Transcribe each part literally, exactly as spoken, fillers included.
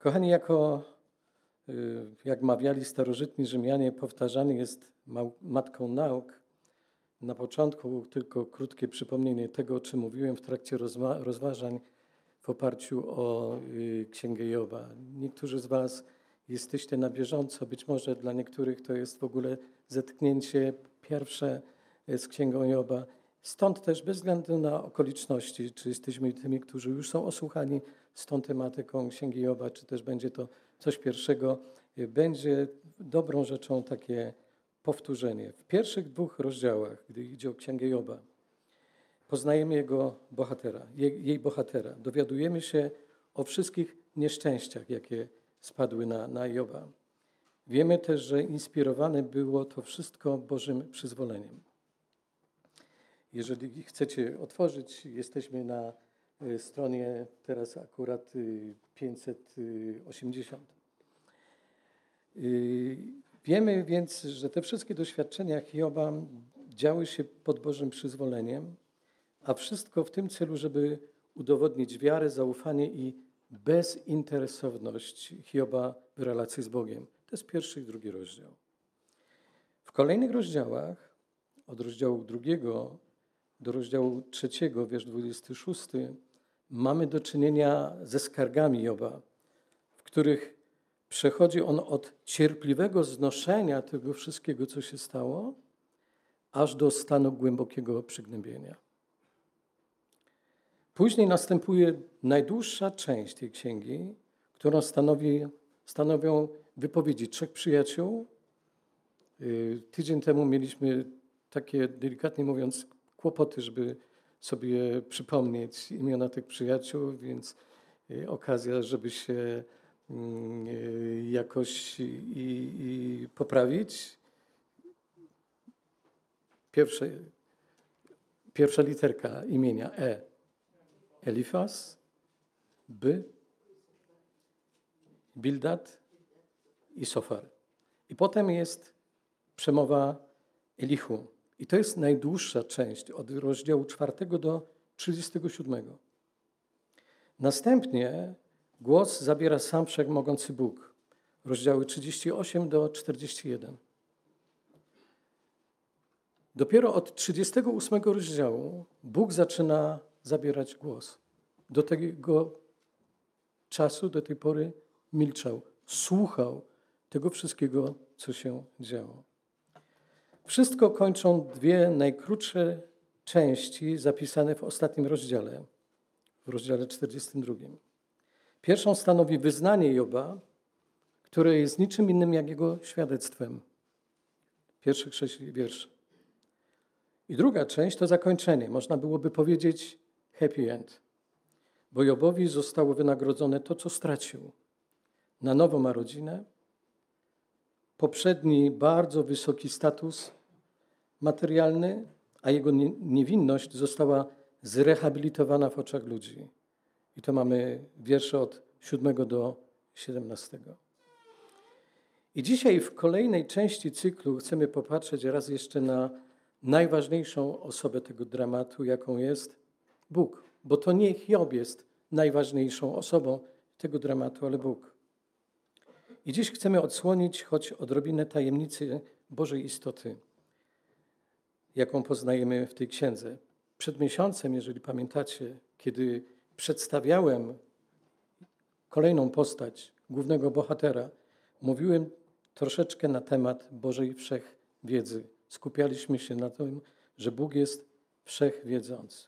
Kochani, jako, y, jak mawiali starożytni Rzymianie, powtarzany jest mał- matką nauk. Na początku tylko krótkie przypomnienie tego, o czym mówiłem w trakcie rozma- rozważań w oparciu o y, Księgę Joba. Niektórzy z Was jesteście na bieżąco, być może dla niektórych to jest w ogóle zetknięcie pierwsze y, z Księgą Joba. Stąd też bez względu na okoliczności, czy jesteśmy tymi, którzy już są osłuchani z tą tematyką Księgi Joba, czy też będzie to coś pierwszego, y, będzie dobrą rzeczą takie powtórzenie. W pierwszych dwóch rozdziałach, gdy idzie o Księgę Joba, poznajemy jego bohatera, jej, jej bohatera. Dowiadujemy się o wszystkich nieszczęściach, jakie spadły na, na Joba. Wiemy też, że inspirowane było to wszystko Bożym przyzwoleniem. Jeżeli chcecie otworzyć, jesteśmy na y, stronie teraz akurat y, pięćset osiemdziesiąt. Y, Wiemy więc, że te wszystkie doświadczenia Hioba działy się pod Bożym przyzwoleniem, a wszystko w tym celu, żeby udowodnić wiarę, zaufanie i bezinteresowność Hioba w relacji z Bogiem. To jest pierwszy i drugi rozdział. W kolejnych rozdziałach, od rozdziału drugiego do rozdziału trzeciego, wiersz dwudziesty szósty, mamy do czynienia ze skargami Joba, w których przechodzi on od cierpliwego znoszenia tego wszystkiego, co się stało, aż do stanu głębokiego przygnębienia. Później następuje najdłuższa część tej księgi, którą stanowi, stanowią wypowiedzi trzech przyjaciół. Yy, Tydzień temu mieliśmy takie, delikatnie mówiąc, kłopoty, żeby sobie przypomnieć imiona tych przyjaciół, więc yy, okazja, żeby się yy, jakoś i, i poprawić. Pierwsze, pierwsza literka imienia E. Elifaz, B, Bildad i Sofar. I potem jest przemowa Elihu. I to jest najdłuższa część, od rozdziału czwartego do trzydziestego siódmego. Następnie głos zabiera sam Wszechmogący Bóg, rozdziały trzydziesty ósmy do czterdziestego pierwszego. Dopiero od trzydziestego ósmego rozdziału Bóg zaczyna zabierać głos. Do tego czasu, do tej pory milczał, słuchał tego wszystkiego, co się działo. Wszystko kończą dwie najkrótsze części zapisane w ostatnim rozdziale, w rozdziale czterdziestym drugim. Pierwszą stanowi wyznanie Joba, które jest niczym innym jak jego świadectwem. Pierwszych sześć wierszy. I druga część to zakończenie. Można byłoby powiedzieć happy end. Bo Jobowi zostało wynagrodzone to, co stracił. Na nowo ma rodzinę. Poprzedni bardzo wysoki status materialny, a jego niewinność została zrehabilitowana w oczach ludzi. I to mamy wiersze od siódmego do siedemnastego. I dzisiaj w kolejnej części cyklu chcemy popatrzeć raz jeszcze na najważniejszą osobę tego dramatu, jaką jest Bóg. Bo to nie Hiob jest najważniejszą osobą tego dramatu, ale Bóg. I dziś chcemy odsłonić choć odrobinę tajemnicy Bożej istoty, jaką poznajemy w tej księdze. Przed miesiącem, jeżeli pamiętacie, kiedy przedstawiałem kolejną postać głównego bohatera, mówiłem troszeczkę na temat Bożej wszechwiedzy. Skupialiśmy się na tym, że Bóg jest wszechwiedzący.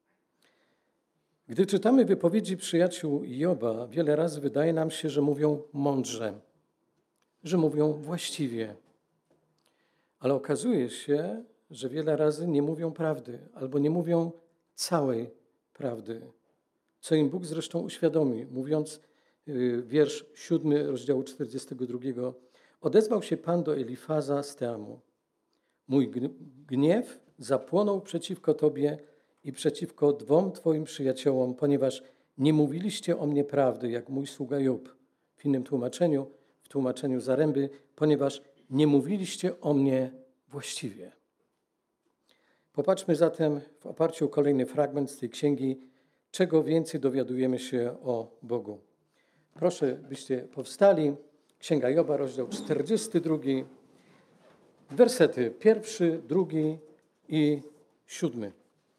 Gdy czytamy wypowiedzi przyjaciół Joba, wiele razy wydaje nam się, że mówią mądrze, że mówią właściwie. Ale okazuje się, że wiele razy nie mówią prawdy albo nie mówią całej prawdy, co im Bóg zresztą uświadomi, mówiąc yy, wiersz siódmy rozdziału czterdziestego drugiego. Odezwał się Pan do Elifaza z Teamu. Mój gniew zapłonął przeciwko Tobie i przeciwko dwom Twoim przyjaciołom, ponieważ nie mówiliście o mnie prawdy, jak mój sługa Job. W innym tłumaczeniu, w tłumaczeniu Zaręby, ponieważ nie mówiliście o mnie właściwie. Popatrzmy zatem w oparciu o kolejny fragment z tej księgi, czego więcej dowiadujemy się o Bogu. Proszę, byście powstali. Księga Joba, rozdział czterdziesty drugi, wersety pierwszy, drugi i siódmy.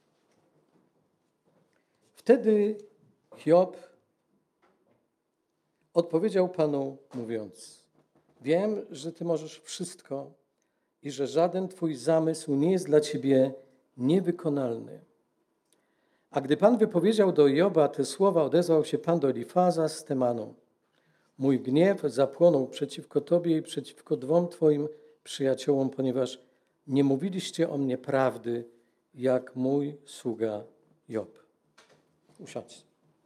Wtedy Hiob odpowiedział Panu, mówiąc: wiem, że Ty możesz wszystko i że żaden Twój zamysł nie jest dla Ciebie niewykonalny. A gdy Pan wypowiedział do Joba te słowa, odezwał się Pan do Elifaza z Temaną: mój gniew zapłonął przeciwko Tobie i przeciwko dwom Twoim przyjaciołom, ponieważ nie mówiliście o mnie prawdy, jak mój sługa Job. Usiądź.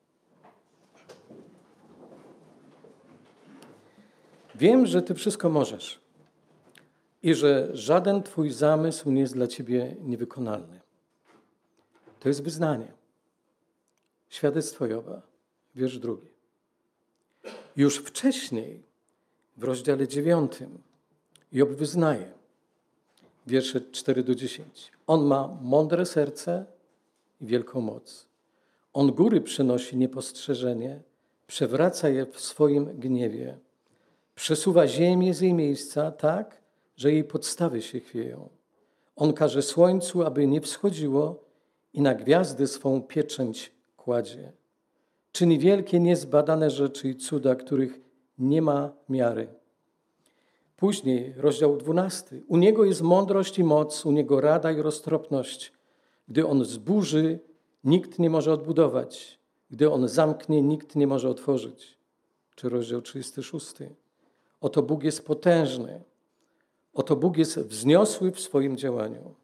Wiem, że Ty wszystko możesz i że żaden Twój zamysł nie jest dla Ciebie niewykonalny. To jest wyznanie. Świadectwo Joba, wiersz drugi. Już wcześniej, w rozdziale dziewiątym, Job wyznaje, wiersze cztery do dziesięciu. On ma mądre serce i wielką moc. On góry przynosi niepostrzeżenie, przewraca je w swoim gniewie. Przesuwa ziemię z jej miejsca tak, że jej podstawy się chwieją. On każe słońcu, aby nie wschodziło i na gwiazdy swą pieczęć kładzie. Czyni wielkie, niezbadane rzeczy i cuda, których nie ma miary. Później, rozdział dwunasty. U Niego jest mądrość i moc, u Niego rada i roztropność. Gdy On zburzy, nikt nie może odbudować. Gdy On zamknie, nikt nie może otworzyć. Czy rozdział trzydziesty szósty. Oto Bóg jest potężny. Oto Bóg jest wzniosły w swoim działaniu.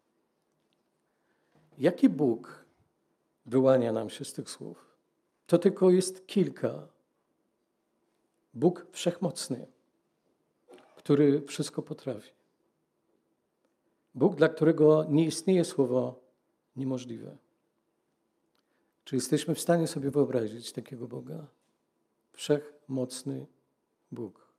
Jaki Bóg wyłania nam się z tych słów? To tylko jest kilka. Bóg wszechmocny, który wszystko potrafi. Bóg, dla którego nie istnieje słowo niemożliwe. Czy jesteśmy w stanie sobie wyobrazić takiego Boga? Wszechmocny Bóg.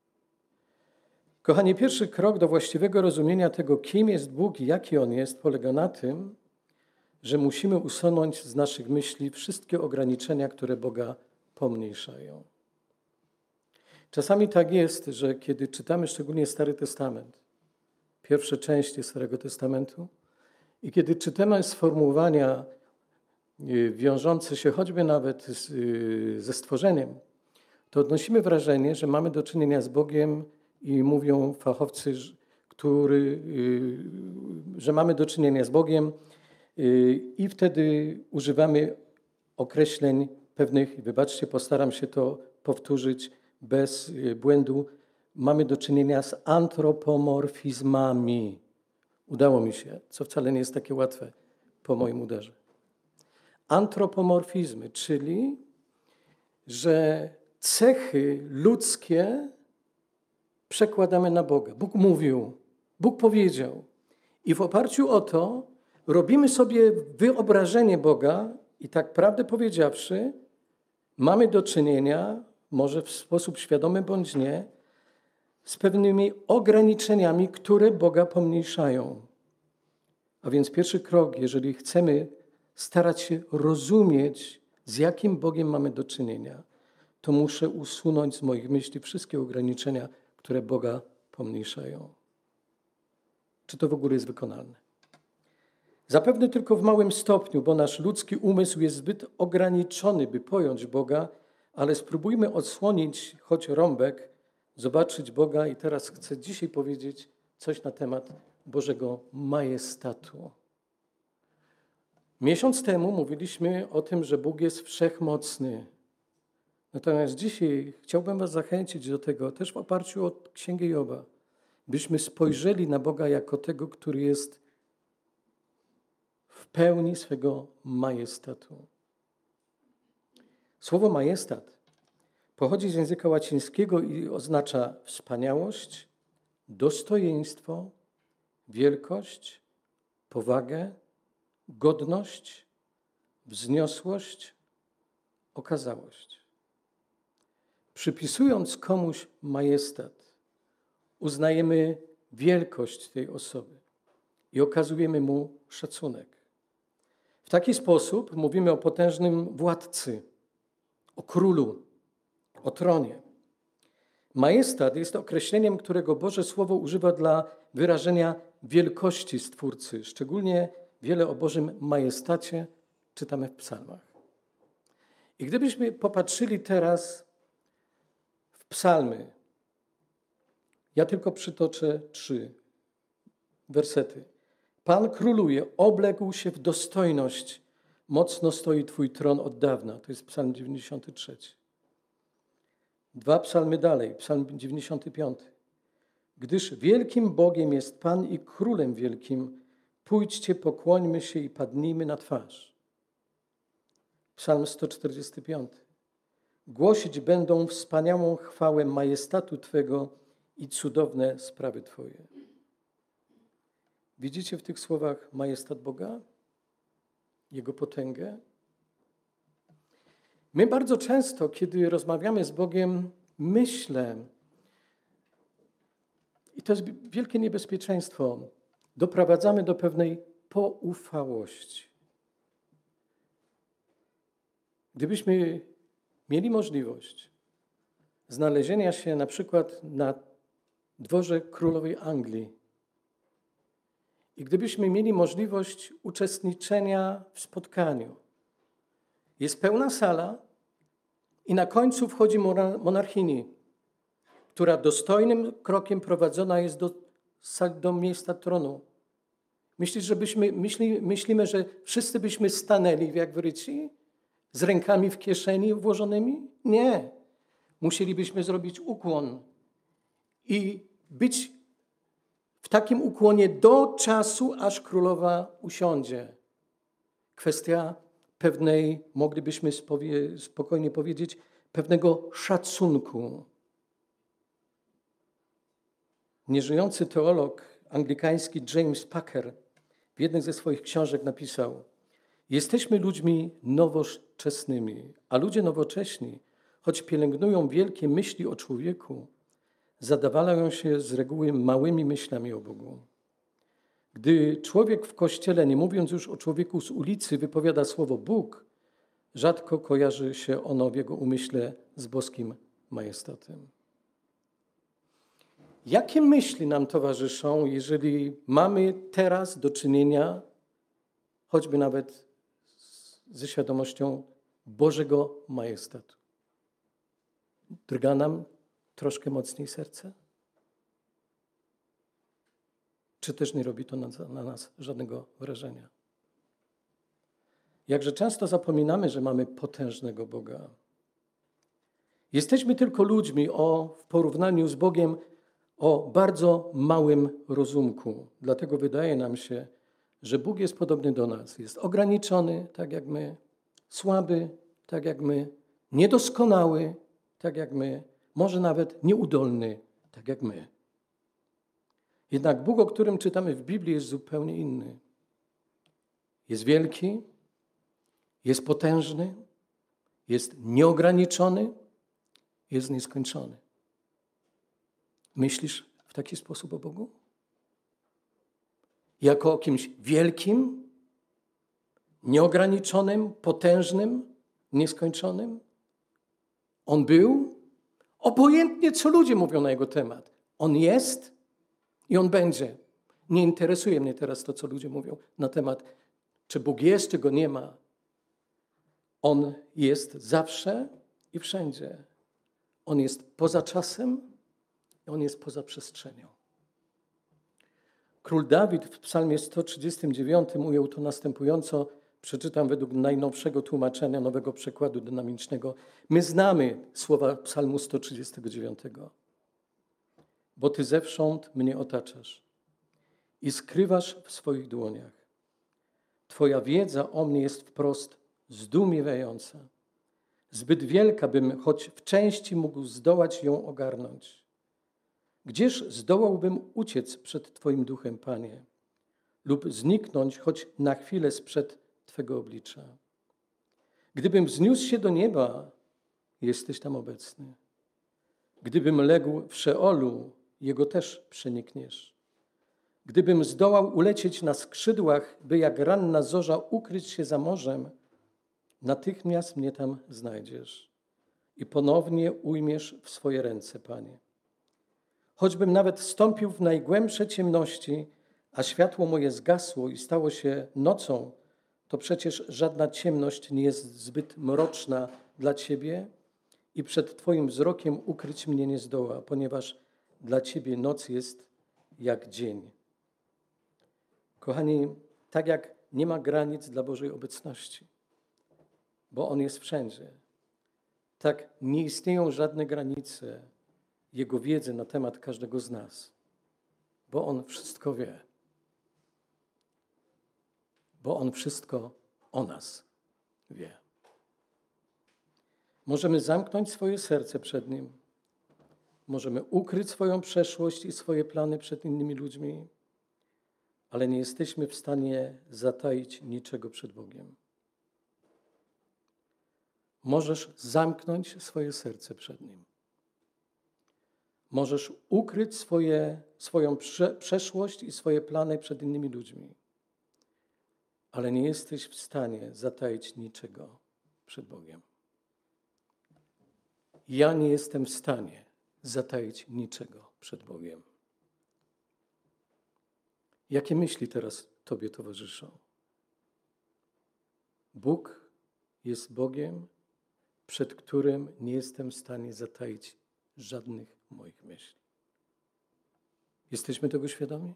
Kochani, pierwszy krok do właściwego rozumienia tego, kim jest Bóg i jaki On jest, polega na tym, że musimy usunąć z naszych myśli wszystkie ograniczenia, które Boga pomniejszają. Czasami tak jest, że kiedy czytamy szczególnie Stary Testament, pierwsze części Starego Testamentu, i kiedy czytamy sformułowania wiążące się choćby nawet z, ze stworzeniem, to odnosimy wrażenie, że mamy do czynienia z Bogiem i mówią fachowcy, który, że mamy do czynienia z Bogiem i wtedy używamy określeń pewnych, wybaczcie, postaram się to powtórzyć bez błędu, mamy do czynienia z antropomorfizmami. Udało mi się, co wcale nie jest takie łatwe po moim udarze. Antropomorfizmy, czyli że cechy ludzkie przekładamy na Boga. Bóg mówił, Bóg powiedział. I w oparciu o to robimy sobie wyobrażenie Boga i tak prawdę powiedziawszy, mamy do czynienia, może w sposób świadomy bądź nie, z pewnymi ograniczeniami, które Boga pomniejszają. A więc pierwszy krok, jeżeli chcemy starać się rozumieć, z jakim Bogiem mamy do czynienia, to muszę usunąć z moich myśli wszystkie ograniczenia, które Boga pomniejszają. Czy to w ogóle jest wykonalne? Zapewne tylko w małym stopniu, bo nasz ludzki umysł jest zbyt ograniczony, by pojąć Boga, ale spróbujmy odsłonić choć rąbek, zobaczyć Boga i teraz chcę dzisiaj powiedzieć coś na temat Bożego majestatu. Miesiąc temu mówiliśmy o tym, że Bóg jest wszechmocny. Natomiast dzisiaj chciałbym was zachęcić do tego, też w oparciu o Księgę Joba, byśmy spojrzeli na Boga jako tego, który jest w pełni swego majestatu. Słowo majestat pochodzi z języka łacińskiego i oznacza wspaniałość, dostojeństwo, wielkość, powagę, godność, wzniosłość, okazałość. Przypisując komuś majestat, uznajemy wielkość tej osoby i okazujemy mu szacunek. W taki sposób mówimy o potężnym władcy, o królu, o tronie. Majestat jest określeniem, którego Boże Słowo używa dla wyrażenia wielkości Stwórcy. Szczególnie wiele o Bożym majestacie czytamy w psalmach. I gdybyśmy popatrzyli teraz w psalmy, ja tylko przytoczę trzy wersety. Pan króluje, obległ się w dostojność, mocno stoi Twój tron od dawna. To jest psalm dziewięćdziesiąty trzeci. Dwa psalmy dalej, psalm dziewięćdziesiąty piąty. Gdyż wielkim Bogiem jest Pan i Królem wielkim, pójdźcie, pokłońmy się i padnijmy na twarz. Psalm sto czterdziesty piąty. Głosić będą wspaniałą chwałę majestatu Twego i cudowne sprawy Twoje. Widzicie w tych słowach majestat Boga? Jego potęgę? My bardzo często, kiedy rozmawiamy z Bogiem, myślę, i to jest wielkie niebezpieczeństwo, doprowadzamy do pewnej poufałości. Gdybyśmy mieli możliwość znalezienia się na przykład na dworze królowej Anglii i gdybyśmy mieli możliwość uczestniczenia w spotkaniu, jest pełna sala i na końcu wchodzi monarchini, która dostojnym krokiem prowadzona jest do, do miejsca tronu. Myślisz, że byśmy, myśli, myślimy, że wszyscy byśmy stanęli jak wryci, z rękami w kieszeni włożonymi? Nie. Musielibyśmy zrobić ukłon i być w takim ukłonie do czasu, aż królowa usiądzie. Kwestia pewnej, moglibyśmy spowie, spokojnie powiedzieć, pewnego szacunku. Nieżyjący teolog anglikański James Packer w jednej ze swoich książek napisał: jesteśmy ludźmi nowoczesnymi, a ludzie nowocześni, choć pielęgnują wielkie myśli o człowieku, zadawalają się z reguły małymi myślami o Bogu. Gdy człowiek w kościele, nie mówiąc już o człowieku z ulicy, wypowiada słowo Bóg, rzadko kojarzy się ono w jego umyśle z boskim majestatem. Jakie myśli nam towarzyszą, jeżeli mamy teraz do czynienia, choćby nawet ze świadomością Bożego majestatu? Drga nam troszkę mocniej serce? Czy też nie robi to na, na nas żadnego wrażenia? Jakże często zapominamy, że mamy potężnego Boga. Jesteśmy tylko ludźmi o, w porównaniu z Bogiem o bardzo małym rozumku. Dlatego wydaje nam się, że Bóg jest podobny do nas. Jest ograniczony, tak jak my, słaby, tak jak my, niedoskonały, tak jak my, może nawet nieudolny, tak jak my. Jednak Bóg, o którym czytamy w Biblii, jest zupełnie inny. Jest wielki, jest potężny, jest nieograniczony, jest nieskończony. Myślisz w taki sposób o Bogu? Jako o kimś wielkim, nieograniczonym, potężnym, nieskończonym? On był, obojętnie co ludzie mówią na jego temat. On jest i on będzie. Nie interesuje mnie teraz to, co ludzie mówią na temat, czy Bóg jest, czy Go nie ma. On jest zawsze i wszędzie. On jest poza czasem i On jest poza przestrzenią. Król Dawid w psalmie sto trzydziestym dziewiątym ujął to następująco. Przeczytam według najnowszego tłumaczenia, nowego przekładu dynamicznego. My znamy słowa psalmu sto trzydziestego dziewiątego. Bo Ty zewsząd mnie otaczasz i skrywasz w swoich dłoniach. Twoja wiedza o mnie jest wprost zdumiewająca. Zbyt wielka, bym choć w części mógł zdołać ją ogarnąć. Gdzież zdołałbym uciec przed Twoim duchem, Panie, lub zniknąć choć na chwilę sprzed Twego oblicza? Gdybym wzniósł się do nieba, jesteś tam obecny. Gdybym legł w Szeolu, jego też przenikniesz. Gdybym zdołał ulecieć na skrzydłach, by jak ranna zorza ukryć się za morzem, natychmiast mnie tam znajdziesz. i ponownie ujmiesz w swoje ręce, Panie. Choćbym nawet wstąpił w najgłębsze ciemności, a światło moje zgasło i stało się nocą, to przecież żadna ciemność nie jest zbyt mroczna dla Ciebie i przed Twoim wzrokiem ukryć mnie nie zdoła, ponieważ dla Ciebie noc jest jak dzień. Kochani, tak jak nie ma granic dla Bożej obecności, bo On jest wszędzie, tak nie istnieją żadne granice Jego wiedzy na temat każdego z nas, bo On wszystko wie, bo On wszystko o nas wie. Możemy zamknąć swoje serce przed Nim, możemy ukryć swoją przeszłość i swoje plany przed innymi ludźmi, ale nie jesteśmy w stanie zataić niczego przed Bogiem. Możesz zamknąć swoje serce przed Nim. Możesz ukryć swoje, swoją prze, przeszłość i swoje plany przed innymi ludźmi, ale nie jesteś w stanie zataić niczego przed Bogiem. Ja nie jestem w stanie zataić niczego przed Bogiem. Jakie myśli teraz Tobie towarzyszą? Bóg jest Bogiem, przed którym nie jestem w stanie zataić żadnych moich myśli. Jesteśmy tego świadomi?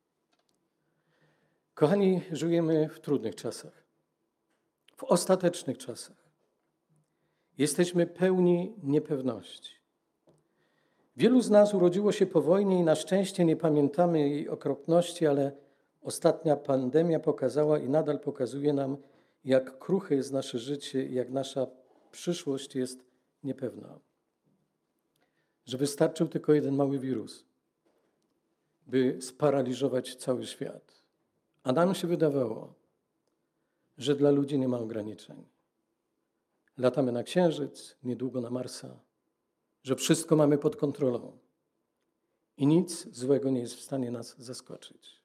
Kochani, żyjemy w trudnych czasach, w ostatecznych czasach. Jesteśmy pełni niepewności. Wielu z nas urodziło się po wojnie i na szczęście nie pamiętamy jej okropności, ale ostatnia pandemia pokazała i nadal pokazuje nam, jak kruche jest nasze życie i jak nasza przyszłość jest niepewna. Że wystarczył tylko jeden mały wirus, by sparaliżować cały świat. A nam się wydawało, że dla ludzi nie ma ograniczeń. Latamy na Księżyc, niedługo na Marsa, że wszystko mamy pod kontrolą i nic złego nie jest w stanie nas zaskoczyć.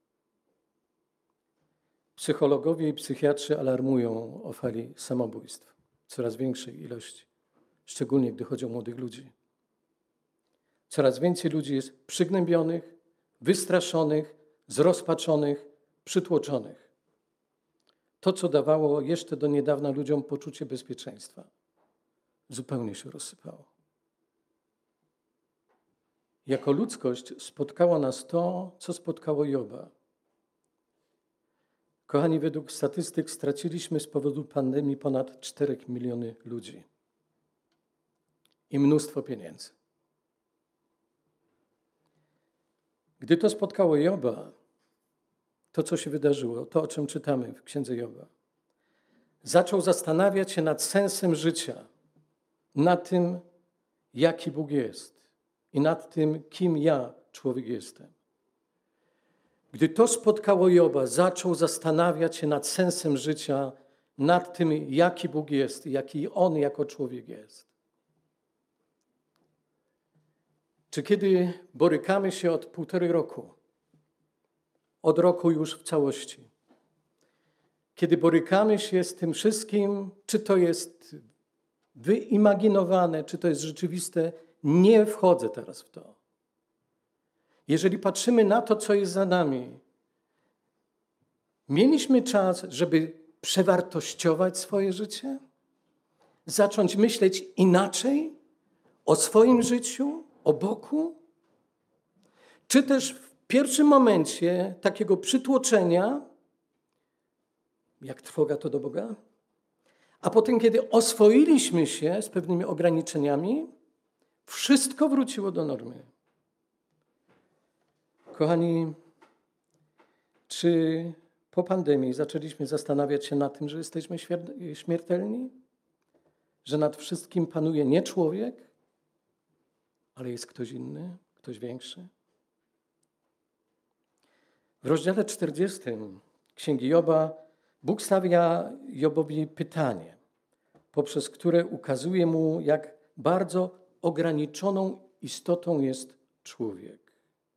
Psychologowie i psychiatrzy alarmują o fali samobójstw, coraz większej ilości, szczególnie gdy chodzi o młodych ludzi. Coraz więcej ludzi jest przygnębionych, wystraszonych, zrozpaczonych, przytłoczonych. To, co dawało jeszcze do niedawna ludziom poczucie bezpieczeństwa, zupełnie się rozsypało. Jako ludzkość spotkało nas to, co spotkało Joba. Kochani, według statystyk straciliśmy z powodu pandemii ponad cztery miliony ludzi i mnóstwo pieniędzy. Gdy to spotkało Joba, to, co się wydarzyło, to, o czym czytamy w Księdze Joba, zaczął zastanawiać się nad sensem życia, nad tym, jaki Bóg jest i nad tym, kim ja, człowiek, jestem. Gdy to spotkało Joba, zaczął zastanawiać się nad sensem życia, nad tym, jaki Bóg jest i jaki On jako człowiek jest. Czy kiedy borykamy się od półtorej roku, od roku już w całości, kiedy borykamy się z tym wszystkim, czy to jest wyimaginowane, czy to jest rzeczywiste, nie wchodzę teraz w to. Jeżeli patrzymy na to, co jest za nami, mieliśmy czas, żeby przewartościować swoje życie, zacząć myśleć inaczej o swoim życiu, o Bogu, czy też w pierwszym momencie takiego przytłoczenia, jak trwoga to do Boga, a potem, kiedy oswoiliśmy się z pewnymi ograniczeniami, wszystko wróciło do normy. Kochani, czy po pandemii zaczęliśmy zastanawiać się nad tym, że jesteśmy śmiertelni? Że nad wszystkim panuje nie człowiek, ale jest ktoś inny, ktoś większy? W rozdziale czterdziestym Księgi Joba Bóg stawia Jobowi pytanie, poprzez które ukazuje mu, jak bardzo ograniczoną istotą jest człowiek.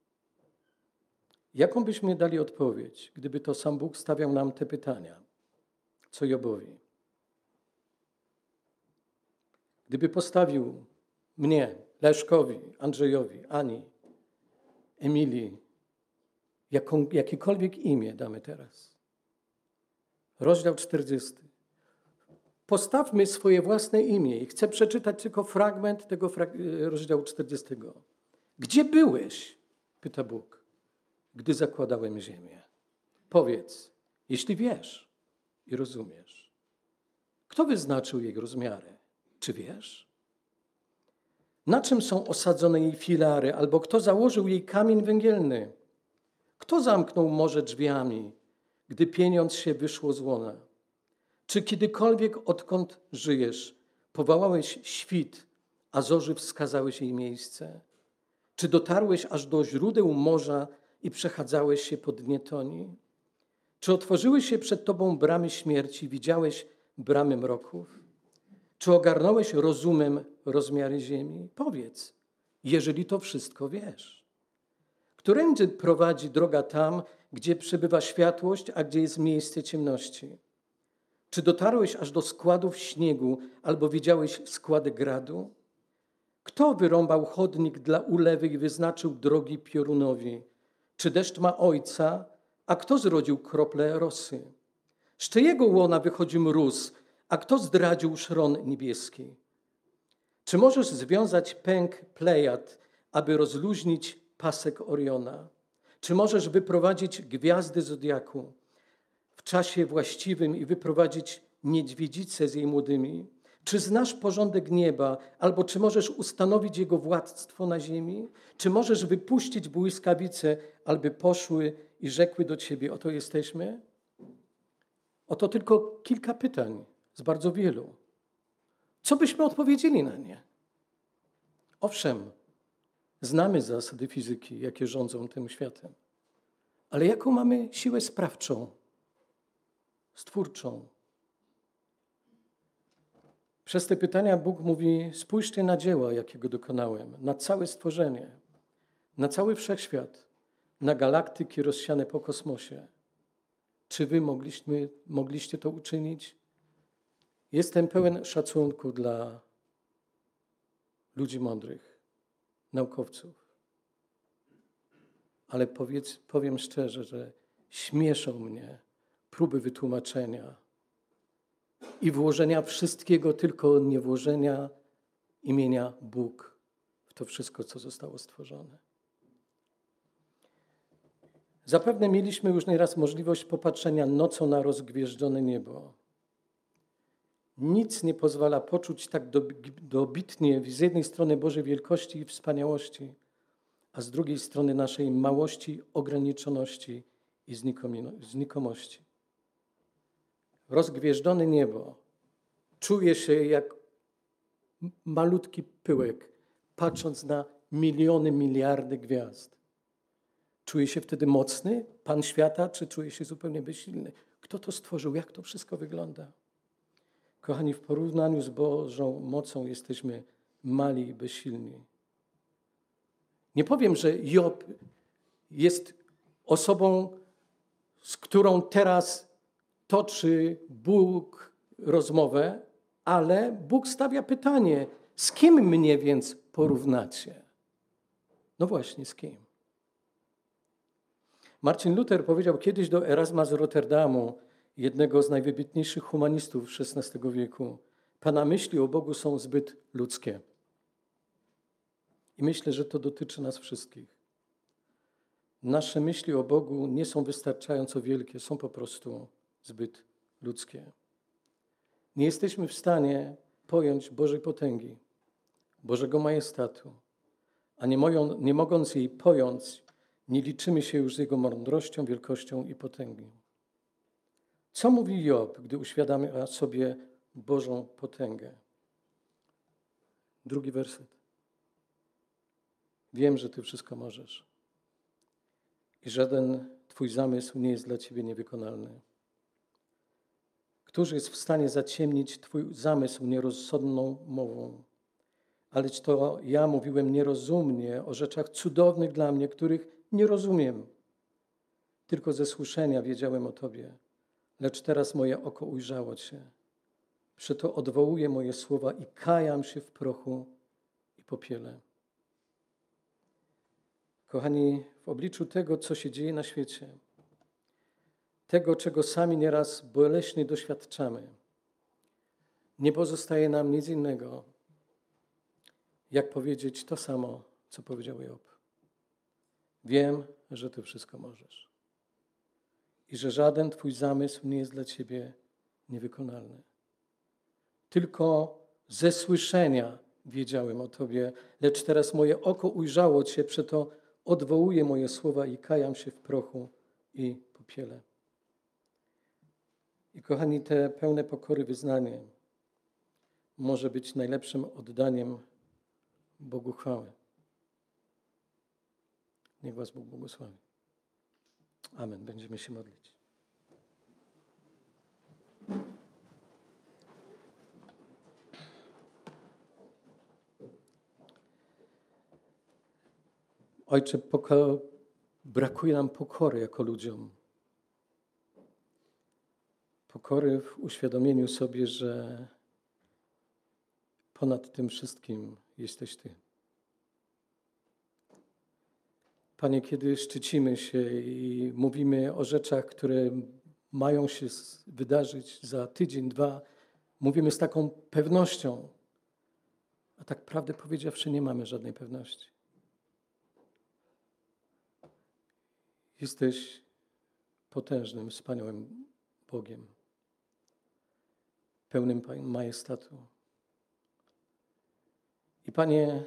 Jaką byśmy dali odpowiedź, gdyby to sam Bóg stawiał nam te pytania, co Jobowi? Gdyby postawił mnie, Leszkowi, Andrzejowi, Ani, Emilii, jaką, jakiekolwiek imię damy teraz. Rozdział czterdziesty. Postawmy swoje własne imię i chcę przeczytać tylko fragment tego frag- rozdziału czterdziestego. Gdzie byłeś? Pyta Bóg, gdy zakładałem ziemię. Powiedz, jeśli wiesz i rozumiesz. Kto wyznaczył jej rozmiary? Czy wiesz? Na czym są osadzone jej filary, albo kto założył jej kamień węgielny? Kto zamknął morze drzwiami, gdy pieniądz się wyszło z łona? Czy kiedykolwiek, odkąd żyjesz, powołałeś świt, a zorzy wskazałeś jej miejsce? Czy dotarłeś aż do źródeł morza i przechadzałeś się po dnie toni? Czy otworzyły się przed tobą bramy śmierci, widziałeś bramy mroków? Czy ogarnąłeś rozumem rozmiary ziemi? Powiedz, jeżeli to wszystko wiesz. Którędy prowadzi droga tam, gdzie przebywa światłość, a gdzie jest miejsce ciemności? Czy dotarłeś aż do składów śniegu, albo widziałeś składy gradu? Kto wyrąbał chodnik dla ulewy i wyznaczył drogi piorunowi? Czy deszcz ma ojca, a kto zrodził krople rosy? Z czyjego łona wychodzi mróz, a kto zdradził szron niebieski? Czy możesz związać pęk Plejad, aby rozluźnić pasek Oriona? Czy możesz wyprowadzić gwiazdy zodiaku w czasie właściwym i wyprowadzić niedźwiedzicę z jej młodymi? Czy znasz porządek nieba, albo czy możesz ustanowić jego władztwo na ziemi? Czy możesz wypuścić błyskawice, albo poszły i rzekły do ciebie, oto jesteśmy? Oto tylko kilka pytań z bardzo wielu. Co byśmy odpowiedzieli na nie? Owszem, znamy zasady fizyki, jakie rządzą tym światem, ale jaką mamy siłę sprawczą, stwórczą? Przez te pytania Bóg mówi, spójrzcie na dzieła, jakiego dokonałem, na całe stworzenie, na cały wszechświat, na galaktyki rozsiane po kosmosie. Czy wy mogliśmy, mogliście to uczynić? Jestem pełen szacunku dla ludzi mądrych, naukowców. Ale powiedz, powiem szczerze, że śmieszą mnie próby wytłumaczenia i włożenia wszystkiego, tylko nie włożenia imienia Bóg w to wszystko, co zostało stworzone. Zapewne mieliśmy już nieraz możliwość popatrzenia nocą na rozgwieżdżone niebo. Nic nie pozwala poczuć tak dobitnie z jednej strony Bożej wielkości i wspaniałości, a z drugiej strony naszej małości, ograniczoności i znikomości. Rozgwieżdżone niebo czuje się jak malutki pyłek, patrząc na miliony, miliardy gwiazd. Czuje się wtedy mocny, Pan świata, czy czuje się zupełnie bezsilny? Kto to stworzył? Jak to wszystko wygląda? Kochani, w porównaniu z Bożą mocą jesteśmy mali i bezsilni. Nie powiem, że Job jest osobą, z którą teraz toczy Bóg rozmowę, ale Bóg stawia pytanie, z kim mnie więc porównacie? No właśnie, z kim? Marcin Luther powiedział kiedyś do Erasma z Rotterdamu, jednego z najwybitniejszych humanistów szesnastego wieku, Pana myśli o Bogu są zbyt ludzkie. I myślę, że to dotyczy nas wszystkich. Nasze myśli o Bogu nie są wystarczająco wielkie, są po prostu zbyt ludzkie. Nie jesteśmy w stanie pojąć Bożej potęgi, Bożego majestatu, a nie, moją, nie mogąc jej pojąć, nie liczymy się już z Jego mądrością, wielkością i potęgą. Co mówi Job, gdy uświadamia sobie Bożą potęgę? Drugi werset. Wiem, że Ty wszystko możesz i żaden Twój zamysł nie jest dla Ciebie niewykonalny. Któż jest w stanie zaciemnić Twój zamysł nierozsądną mową? Alecz to ja mówiłem nierozumnie o rzeczach cudownych dla mnie, których nie rozumiem. Tylko ze słyszenia wiedziałem o Tobie, lecz teraz moje oko ujrzało Cię. Przeto odwołuję moje słowa i kajam się w prochu i popiele. Kochani, w obliczu tego, co się dzieje na świecie, tego, czego sami nieraz boleśnie doświadczamy, nie pozostaje nam nic innego, jak powiedzieć to samo, co powiedział Job. Wiem, że Ty wszystko możesz i że żaden Twój zamysł nie jest dla Ciebie niewykonalny. Tylko ze słyszenia wiedziałem o Tobie, lecz teraz moje oko ujrzało Cię, przeto odwołuję moje słowa i kajam się w prochu i popiele. I kochani, te pełne pokory wyznanie może być najlepszym oddaniem Bogu chwały. Niech Was Bóg błogosławi. Amen. Będziemy się modlić. Ojcze, poko- brakuje nam pokory jako ludziom. Pokory w uświadomieniu sobie, że ponad tym wszystkim jesteś Ty. Panie, kiedy szczycimy się i mówimy o rzeczach, które mają się wydarzyć za tydzień, dwa, mówimy z taką pewnością, a tak prawdę powiedziawszy nie mamy żadnej pewności. Jesteś potężnym, wspaniałym Bogiem, pełnym majestatu. I Panie,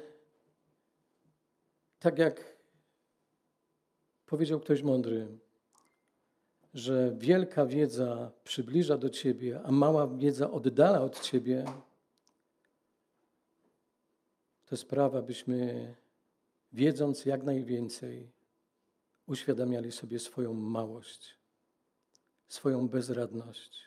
tak jak powiedział ktoś mądry, że wielka wiedza przybliża do Ciebie, a mała wiedza oddala od Ciebie, to sprawa, byśmy wiedząc jak najwięcej uświadamiali sobie swoją małość, swoją bezradność.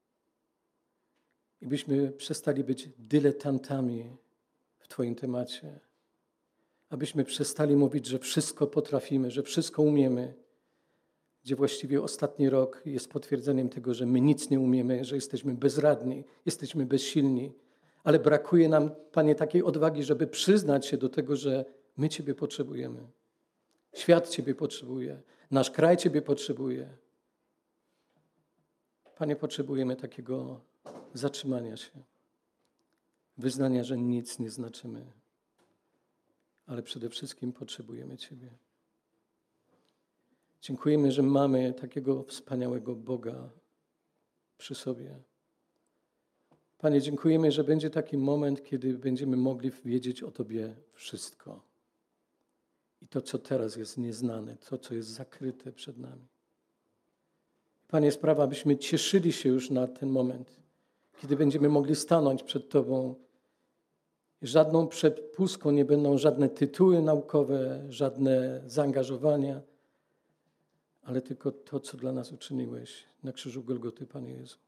I byśmy przestali być dyletantami w Twoim temacie. Abyśmy przestali mówić, że wszystko potrafimy, że wszystko umiemy, gdzie właściwie ostatni rok jest potwierdzeniem tego, że my nic nie umiemy, że jesteśmy bezradni, jesteśmy bezsilni, ale brakuje nam, Panie, takiej odwagi, żeby przyznać się do tego, że my Ciebie potrzebujemy. Świat Ciebie potrzebuje, nasz kraj Ciebie potrzebuje. Panie, potrzebujemy takiego zatrzymania się, wyznania, że nic nie znaczymy, ale przede wszystkim potrzebujemy Ciebie. Dziękujemy, że mamy takiego wspaniałego Boga przy sobie. Panie, dziękujemy, że będzie taki moment, kiedy będziemy mogli wiedzieć o Tobie wszystko. I to, co teraz jest nieznane, to, co jest zakryte przed nami. Panie, sprawa, abyśmy cieszyli się już na ten moment, kiedy będziemy mogli stanąć przed Tobą. Żadną przepustką nie będą żadne tytuły naukowe, żadne zaangażowania, ale tylko to, co dla nas uczyniłeś na krzyżu Golgoty, Panie Jezu.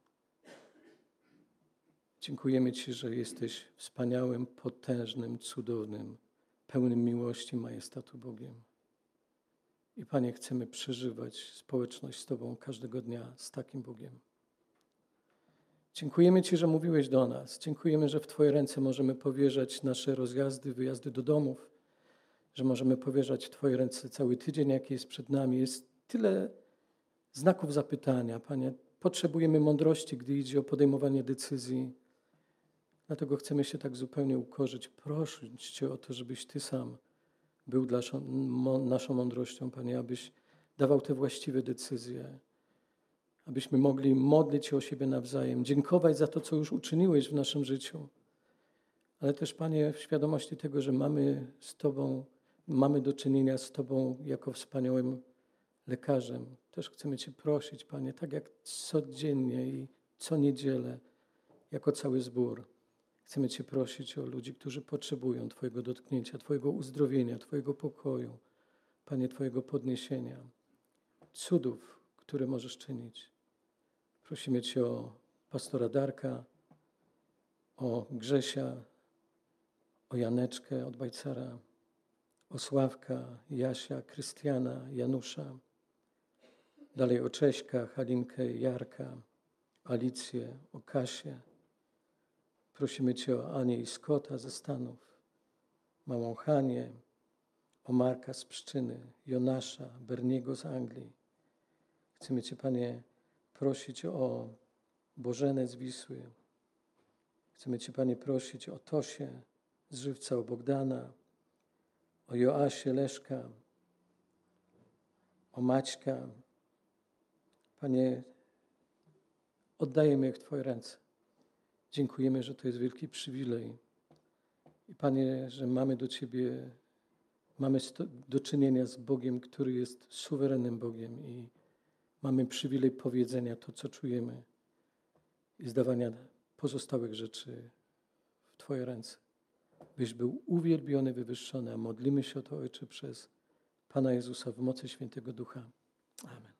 Dziękujemy Ci, że jesteś wspaniałym, potężnym, cudownym, pełnym miłości, majestatu Bogiem. I Panie, chcemy przeżywać społeczność z Tobą każdego dnia, z takim Bogiem. Dziękujemy Ci, że mówiłeś do nas. Dziękujemy, że w Twoje ręce możemy powierzać nasze rozjazdy, wyjazdy do domów, że możemy powierzać w Twoje ręce cały tydzień, jaki jest przed nami. Jest tyle znaków zapytania, Panie. Potrzebujemy mądrości, gdy idzie o podejmowanie decyzji. Dlatego chcemy się tak zupełnie ukorzyć, prosić Cię o to, żebyś Ty sam był dla naszą mądrością, Panie, abyś dawał te właściwe decyzje, abyśmy mogli modlić się o siebie nawzajem, dziękować za to, co już uczyniłeś w naszym życiu, ale też, Panie, w świadomości tego, że mamy z Tobą, mamy do czynienia z Tobą jako wspaniałym lekarzem. Też chcemy Cię prosić, Panie, tak jak codziennie i co niedzielę, jako cały zbór. Chcemy Cię prosić o ludzi, którzy potrzebują Twojego dotknięcia, Twojego uzdrowienia, Twojego pokoju, Panie, Twojego podniesienia, cudów, które możesz czynić. Prosimy Cię o pastora Darka, o Grzesia, o Janeczkę od Bajcara, o Sławka, Jasia, Krystiana, Janusza, dalej o Cześka, Halinkę, Jarka, Alicję, o Kasię, Prosimy Cię o Anię i Scotta ze Stanów, małą Hanię, o Marka z Pszczyny, Jonasza, Berniego z Anglii. Chcemy Cię, Panie, prosić o Bożenę z Wisły. Chcemy Cię, Panie, prosić o Tosię z Żywca, o Bogdana, o Joasię Leszka, o Maćka. Panie, oddajemy ich w Twoje ręce. Dziękujemy, że to jest wielki przywilej. I Panie, że mamy do Ciebie, mamy sto, do czynienia z Bogiem, który jest suwerennym Bogiem i mamy przywilej powiedzenia to, co czujemy i zdawania pozostałych rzeczy w Twoje ręce. Byś był uwielbiony, wywyższony, a modlimy się o to, Ojcze, przez Pana Jezusa w mocy Świętego Ducha. Amen.